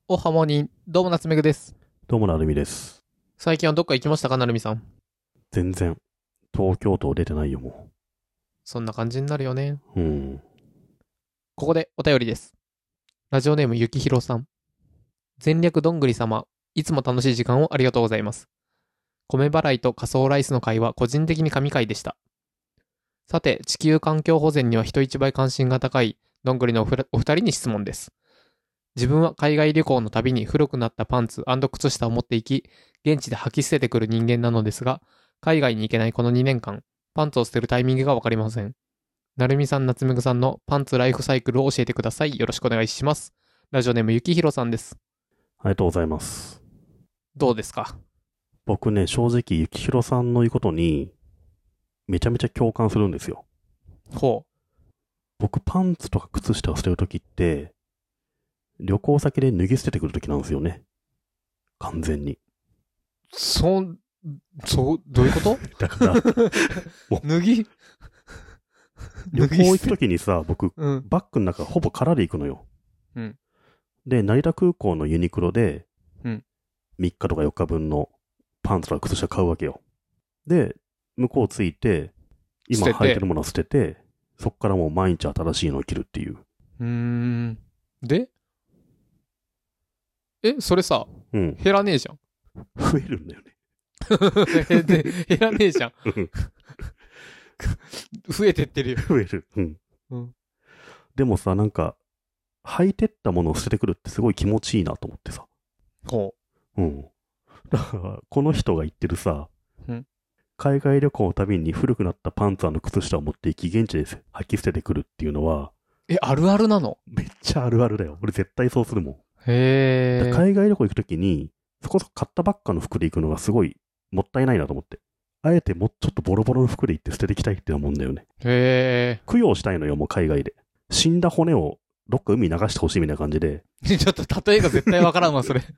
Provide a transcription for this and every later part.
おはモーニー。どうも夏目ぐです。 どうもなるみです。 最近はどっか行きましたか、なるみさん。 全然、東京都出てないよ、もそんな感じになるよね。 う。 ここでお便りです。ラジオネームゆきひろさん。全略どんぐり様。いつも楽しい時間をありがとうございます。米払いと仮想ライスの会は個人的に神回でした。さて、地球環境保全には人一倍関心が高いどんぐりのお二人に質問です。自分は海外旅行のたびに古くなったパンツ&靴下を持っていき、現地で履き捨ててくる人間なのですが、海外に行けないこの2年間、パンツを捨てるタイミングがわかりません。なるみさん、なつめぐさんのパンツライフサイクルを教えてください。よろしくお願いします。ラジオネームゆきひろさんです。 ありがとうございます。 どうですか？ 僕ね、正直、ゆきひろさんの言うことに、めちゃめちゃ共感するんですよ。 ほ僕、パンツとか靴下を捨てるときって、旅行先で脱ぎ捨ててくるときなんですよね。完全に。 どういうことだから、 脱ぎ旅行行くときにさ、僕、 うん。 バッグの中ほぼ空で行くのよ。 うん。 で、成田空港のユニクロで、 うん 3日とか4日分のパンツとか靴下買うわけよ。で、向こう着いて、今捨てて履いてるものを捨てて、そっからもう毎日新しいのを着るっていう。 でそれさ、 うん。 減らねえじゃん。 増えるんだよね。 減らねえじゃん。増えてってるよ。 増える。うん。 うん。 でもさ、なんか、履いてったものを捨ててくるってすごい気持ちいいなと思ってさ。 ほうん。だから、この人が言ってるさ、 うん海外旅行のたびに古くなったパンツ&靴下を持っていき、現地で履き捨ててくるっていうのは、 う。あるあるなの？ めっちゃあるあるだよ。俺絶対そうするもん。 へえ。 海外旅行行くときに、そこそこ買ったばっかの服で行くのがすごいもったいないなと思って。あえてもうちょっとボロボロの服で行って捨てていきたいって思うんだよね。 へ供養したいのよ、もう海外で。死んだ骨をどっか海に流してほしいみたいな感じで、 え。ちょっと例えが絶対わからんわ、それ。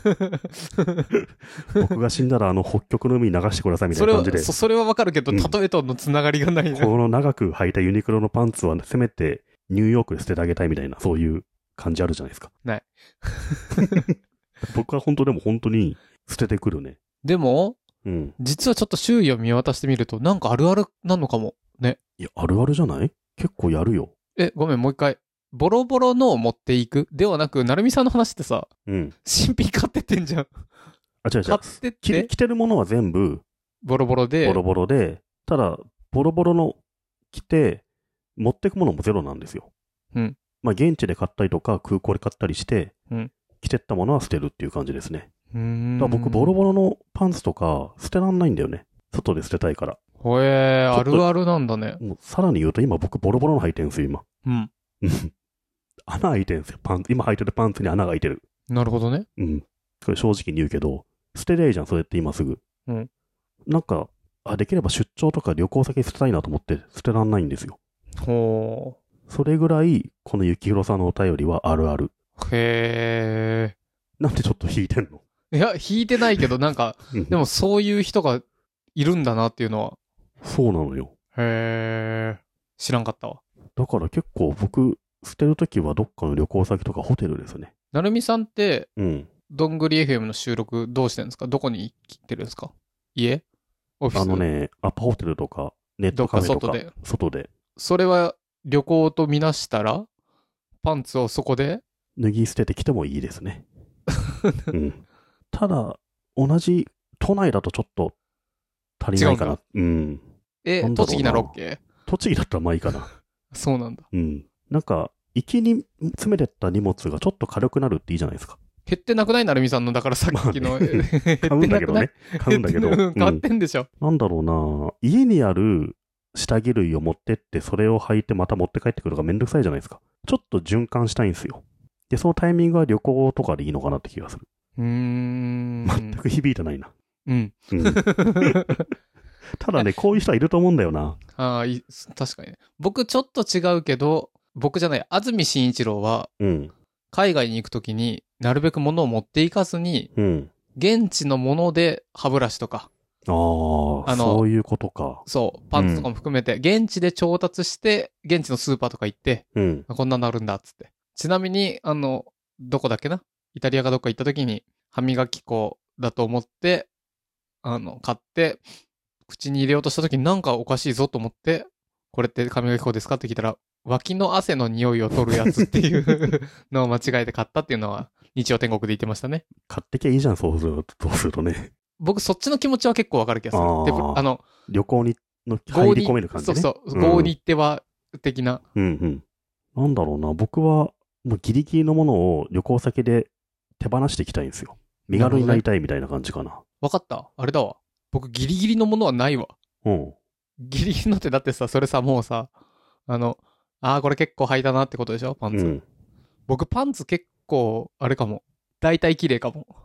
僕が死んだら北極の海に流してくださいみたいな感じで、 それはわかるけど、 うん例えとのつながりがないな。 この長く履いたユニクロのパンツはせめてニューヨークで捨ててあげたいみたいな、そういう感じあるじゃないですか。 ない。 僕は本当に捨ててくるね。 でも、 うん。 実はちょっと周囲を見渡してみると、なんかあるあるなのかも。ね。 いや、あるあるじゃない？結構やるよ。 ごめん、もう一回。ボロボロのを持っていくではなく、なるみさんの話ってさ、 うん。 新品買ってってんじゃん。 あ、違う違う。 買ってって着てるものは全部ボロボロで、 ボロボロで、ただ、ボロボロの着て、持ってくものもゼロなんですよ。 うん。 まあ、現地で買ったりとか、空港で買ったりして、 うん。 着てったものは捨てるっていう感じですね。 うーん。 だから僕、ボロボロのパンツとか、捨てらんないんだよね。外で捨てたいから。 ほえー、あるあるなんだね。 もうさらに言うと、今僕、ボロボロの履いてるんですよ、今。 うん。 穴開いてるんですよ、パンツ。今履いてるパンツに穴が開いてる。 なるほどね。 うん。これ正直に言うけど、捨てりゃいいじゃん、それって今すぐ。 うん。 なんか、できれば出張とか旅行先捨てたいなと思って捨てらんないんですよ。 ほそれぐらい、このゆきひろさんのお便りはあるある。 ー。へなんでちょっと引いてんの？ ー。いや、引いてないけど、なんか、 うんでもそういう人がいるんだなっていうのは。 そうなのよ。 へー。知らんかったわ。 だから結構僕、捨てるときはどっかの旅行先とかホテルですね。 なるみさんって、 うん。 どんぐり FM の収録どうしてるんですか？どこに行ってるんですか？家？オフィス？ アパホテルとか、ネットカフェとか、 どっか外でそれは旅行とみなしたら、パンツをそこで脱ぎ捨ててきてもいいですね。うん。ただ、同じ都内だとちょっと足りないかな。うん。なんだろうな栃木なら OK？ 栃木だったらまあいいかな。 そうなんだ。 うん。なんか、行きに詰めてった荷物がちょっと軽くなるっていいじゃないですか。 減ってなくない？なるみさんの、だからさっきの、 まあね買うんだけどね。買うんだけど。 買ってんでしょ。 なんだろうな、家にある下着類を持ってって、それを履いてまた持って帰ってくるのがめんどくさいじゃないですか。ちょっと循環したいんですよ。で、そのタイミングは旅行とかでいいのかなって気がする。全く響いてないな。 うん。 ただね、こういう人はいると思うんだよな。 ああ、確かにね。僕ちょっと違うけど、僕じゃない、安住紳一郎は、 うん。 海外に行くときになるべく物を持っていかずに、 うん。 現地のもので歯ブラシとか、 そういうことか。 そう、パンツとかも含めて、現地で調達して、現地のスーパーとか行って、 うん。 こんなのあるんだっつって。ちなみに、どこだっけな、 イタリアかどっか行った時に歯磨き粉だと思って、買って、口に入れようとした時になんかおかしいぞと思って、これって歯磨き粉ですかって聞いたら、脇の汗の匂いを取るやつっていうのを間違えて買ったっていうのは、日曜天国で言ってましたね。 買ってきゃいいじゃん、そうするとね。 僕、そっちの気持ちは結構わかる気がする。で旅行に入り込める感じね。 そう、郷に行っては、的な。 なんだろうな、僕は、もうギリギリのものを旅行先で手放していきたいんですよ。身軽になりたいみたいな感じかな。 わかった。あれだわ。僕、ギリギリのものはないわ。ギリギリのってだってさ、それさ、もうさ、これ結構履いたなってことでしょパンツ。僕、パンツ結構、あれかも。大体綺麗かも。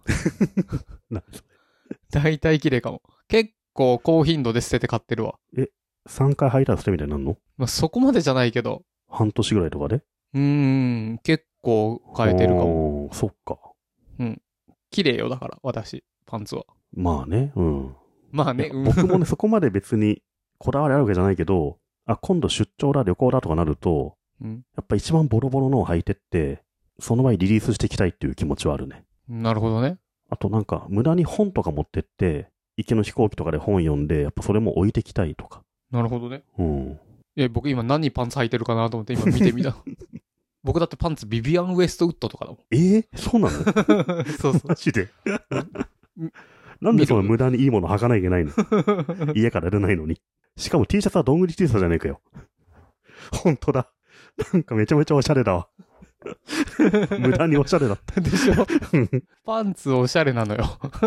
大体綺麗かも。結構高頻度で捨てて買ってるわ。 3回履いたら捨てみたいになるの？ まあ、そこまでじゃないけど。 半年ぐらいとかで？ 結構変えてるかも。 そっか。 綺麗よ、だから、私、パンツは。 まあね、 まあね、 僕もね、そこまで別にこだわりあるわけじゃないけど、今度出張だ、旅行だとかなると、やっぱ一番ボロボロのを履いてって、その場にリリースしていきたいっていう気持ちはあるね。 なるほどね。 あとなんか、無駄に本とか持ってって、行きの飛行機とかで本読んで、やっぱそれも置いてきたいとか。 なるほどね。僕今何パンツ履いてるかなと思って今見てみた。僕だってパンツビビアン・ウエストウッドとかだもん。 そうなの？ そうそう。 マジで。なんでその無駄にいいもの履かないといけないの？家から出ないのに。しかも T シャツはどんぐり T シャツじゃねえかよ。ほんとだ。なんかめちゃめちゃおしゃれだわ。無駄におしゃれだった。 でしょ？パンツおしゃれなのよ。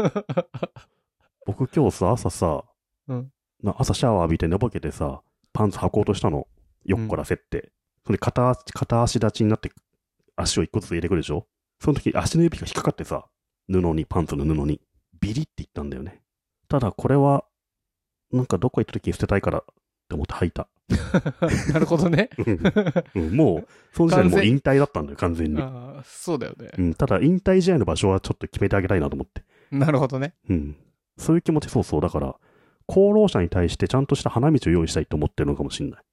僕今日さ、朝さ、朝シャワー浴びて寝ぼけてさ、パンツ履こうとしたの。よっこらせって。それ片足立ちになって足を一個ずつ入れてくるでしょ？その時足の指が引っかかってさ、パンツの布に。ビリっていったんだよね。ただこれは、なんかどこ行った時に捨てたいからって思って履いた。 なるほどね。 もう、その時点でもう引退だったんだよ、完全に。 そうだよね。 ただ引退試合の場所はちょっと決めてあげたいなと思って。 なるほどね。 そういう気持ち、そう。だから、功労者に対してちゃんとした花道を用意したいと思ってるのかもしれない。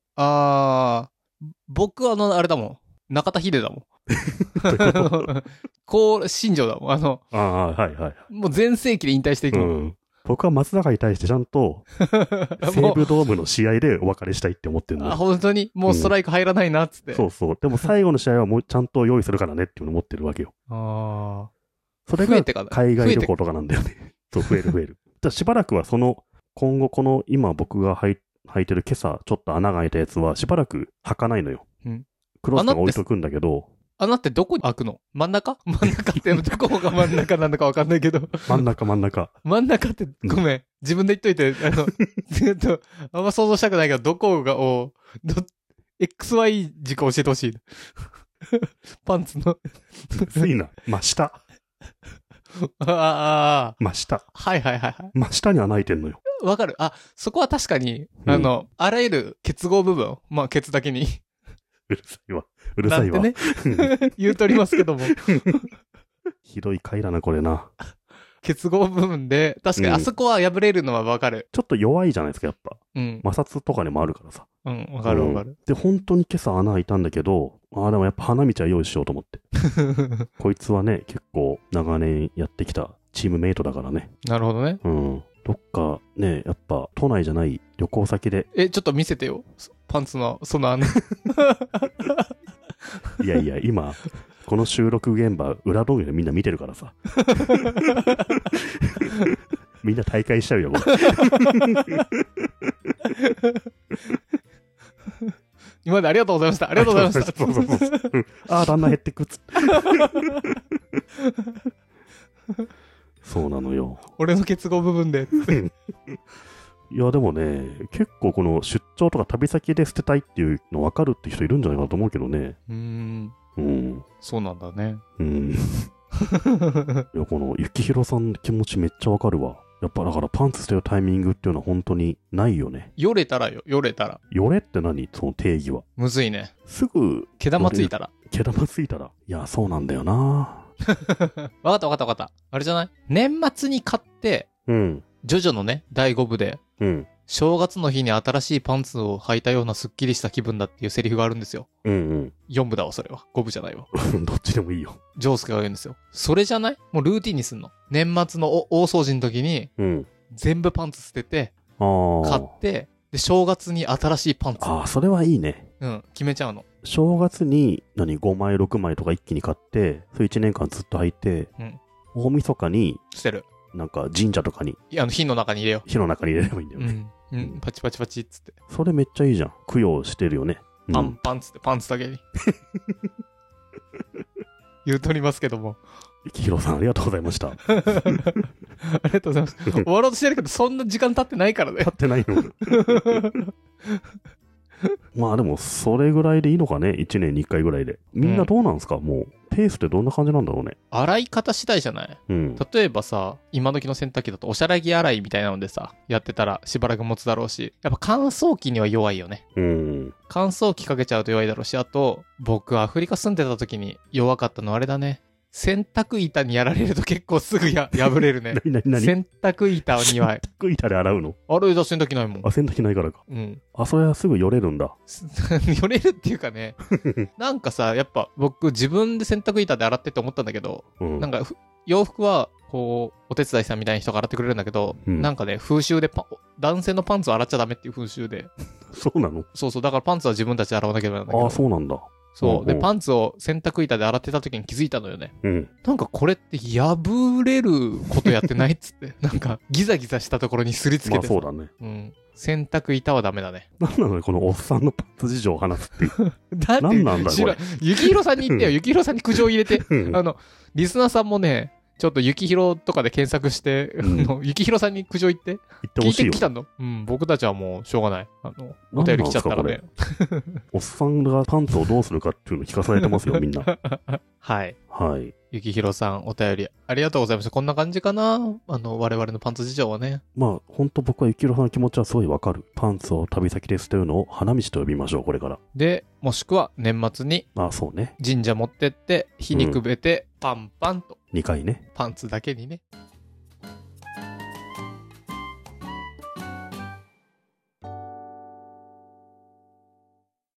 僕あれだもん。中田秀だもん。新庄だもん。もう全盛期で引退していくもん。 僕は松坂に対してちゃんと、西武ドームの試合でお別れしたいって思ってるんだ。 本当にもうストライク入らないなっつって。 そう。でも最後の試合はもうちゃんと用意するからねっていうのを思ってるわけよ。それが海外旅行とかなんだよね。そう、増える。しばらくは今後今僕が履いてる今朝ちょっと穴が開いたやつはしばらく履かないのよ。クロスが置いとくんだけど。 穴ってどこに開くの？真ん中ってどこが真ん中なのかわかんないけど。 真ん中。 真ん中ってごめん。自分で言っといて、ずっと、あんま想像したくないけど、どこが、XY 軸教えてほしい。パンツの。 ついな。真下。真下。 はい。 真下に穴開いてんのよ。 わかる。そこは確かに、あらゆる結合部分、まあ、ケツだけに。 うるさいわ。 なんてね。言うとりますけども。 ひどい回だな、これな。 結合部分で、確かにあそこは破れるのはわかる。 ちょっと弱いじゃないですか、やっぱ。摩擦とかにもあるからさ。 わかる。 で、本当に今朝穴開いたんだけど、でもやっぱ花道は用意しようと思って。こいつはね、結構長年やってきたチームメイトだからね。 なるほどね。 どっかね、やっぱ都内じゃない旅行先で。 ちょっと見せてよ。パンツの、その穴。 いや、今、この収録現場、裏道具でみんな見てるからさ。みんな大会しちゃうよ、これ。 今までありがとうございました。ありがとうございました。 そう。だんだん減ってくっつって。そうなのよ。 俺の結合部分で。 いや、でもね、結構この出張とか旅先で捨てたいっていうの分かるって人いるんじゃないかなと思うけどね。 そうなんだね。 いや、この幸宏さんの気持ちめっちゃ分かるわ。やっぱだからパンツ捨てるタイミングっていうのは本当にないよね。 よれたらよ、よれたら。 よれって何？その定義は。 むずいね。 すぐ。 毛玉ついたら。 毛玉ついたら。いや、そうなんだよな。 わかった。あれじゃない？年末に買って、ジョジョのね、第5部で、 正月の日に新しいパンツを履いたようなスッキリした気分だっていうセリフがあるんですよ。 うんうん。 4部だわ、それは。5部じゃないわ。 どっちでもいいよ。 ジョースケが言うんですよ。それじゃない？もうルーティンにすんの。年末の大掃除の時に、全部パンツ捨てて、買って、で、正月に新しいパンツ。 ああ、それはいいね。 うん、決めちゃうの。 正月に、5枚、6枚とか一気に買って、それ1年間ずっと履いて、大晦日に、 捨てる。 なんか神社とかに。 いや、火の中に入れよう。火の中に入れればいいんだよね。 パチパチパチっつって。 それめっちゃいいじゃん。供養してるよね。 パンツって、パンツだけに。言うとりますけども。 ゆきひろさん、ありがとうございました。 ありがとうございます。終わろうとしてるけど、そんな時間経ってないからね。 経ってないの。まあでも、それぐらいでいいのかね。1年に1回ぐらいで。みんなどうなんすか、もう。ペースってどんな感じなんだろうね。 洗い方次第じゃない？例えばさ、今時の洗濯機だとおしゃらぎ洗いみたいなのでさ、やってたらしばらく持つだろうし、やっぱ乾燥機には弱いよね。乾燥機かけちゃうと弱いだろうし、あと、僕アフリカ住んでた時に弱かったのはあれだね。洗濯板にやられると結構すぐ破れるね。 何洗濯板には。 洗濯板で洗うの？ あれだ、洗濯機ないもん。 あ、洗濯機ないからか。それはすぐよれるんだ。 よれるっていうかね。なんかさ、やっぱ僕自分で洗濯板で洗ってって思ったんだけど、なんか洋服は、こう、お手伝いさんみたいな人が洗ってくれるんだけど、なんかね、風習で男性のパンツを洗っちゃダメっていう風習で。 そうなの？ そうそう。だからパンツは自分たちで洗わなきゃいけないんだけど。 あ、そうなんだ。 そう。で、パンツを洗濯板で洗ってた時に気づいたのよね。なんかこれって破れることやってないっつって。なんかギザギザしたところにすりつけて。 まあそうだね。 洗濯板はダメだね。 なんなのこのおっさんのパンツ事情を話すっていう。 だって、 なんなんだこれ。 ゆきひろさんに言ってよ。ゆきひろさんに苦情入れて。リスナーさんもね、ちょっとゆきひろとかで検索して、ゆきひろさんに苦情言って。 言ってほしいよ。 聞いてきたの？僕たちはもうしょうがない。お便り来ちゃったらね。 おっさんがパンツをどうするかっていうの聞かされてますよ、みんな。 はい。 はい。 ゆきひろさん、お便りありがとうございました。こんな感じかな？我々のパンツ事情はね。 まあ、ほんと僕はゆきひろさんの気持ちはすごいわかる。パンツを旅先で捨てるのを花道と呼びましょう、これから。 で、もしくは年末に、 そうね。 神社持ってって、火にくべて、パンパンと。 2回ね。 パンツだけにね。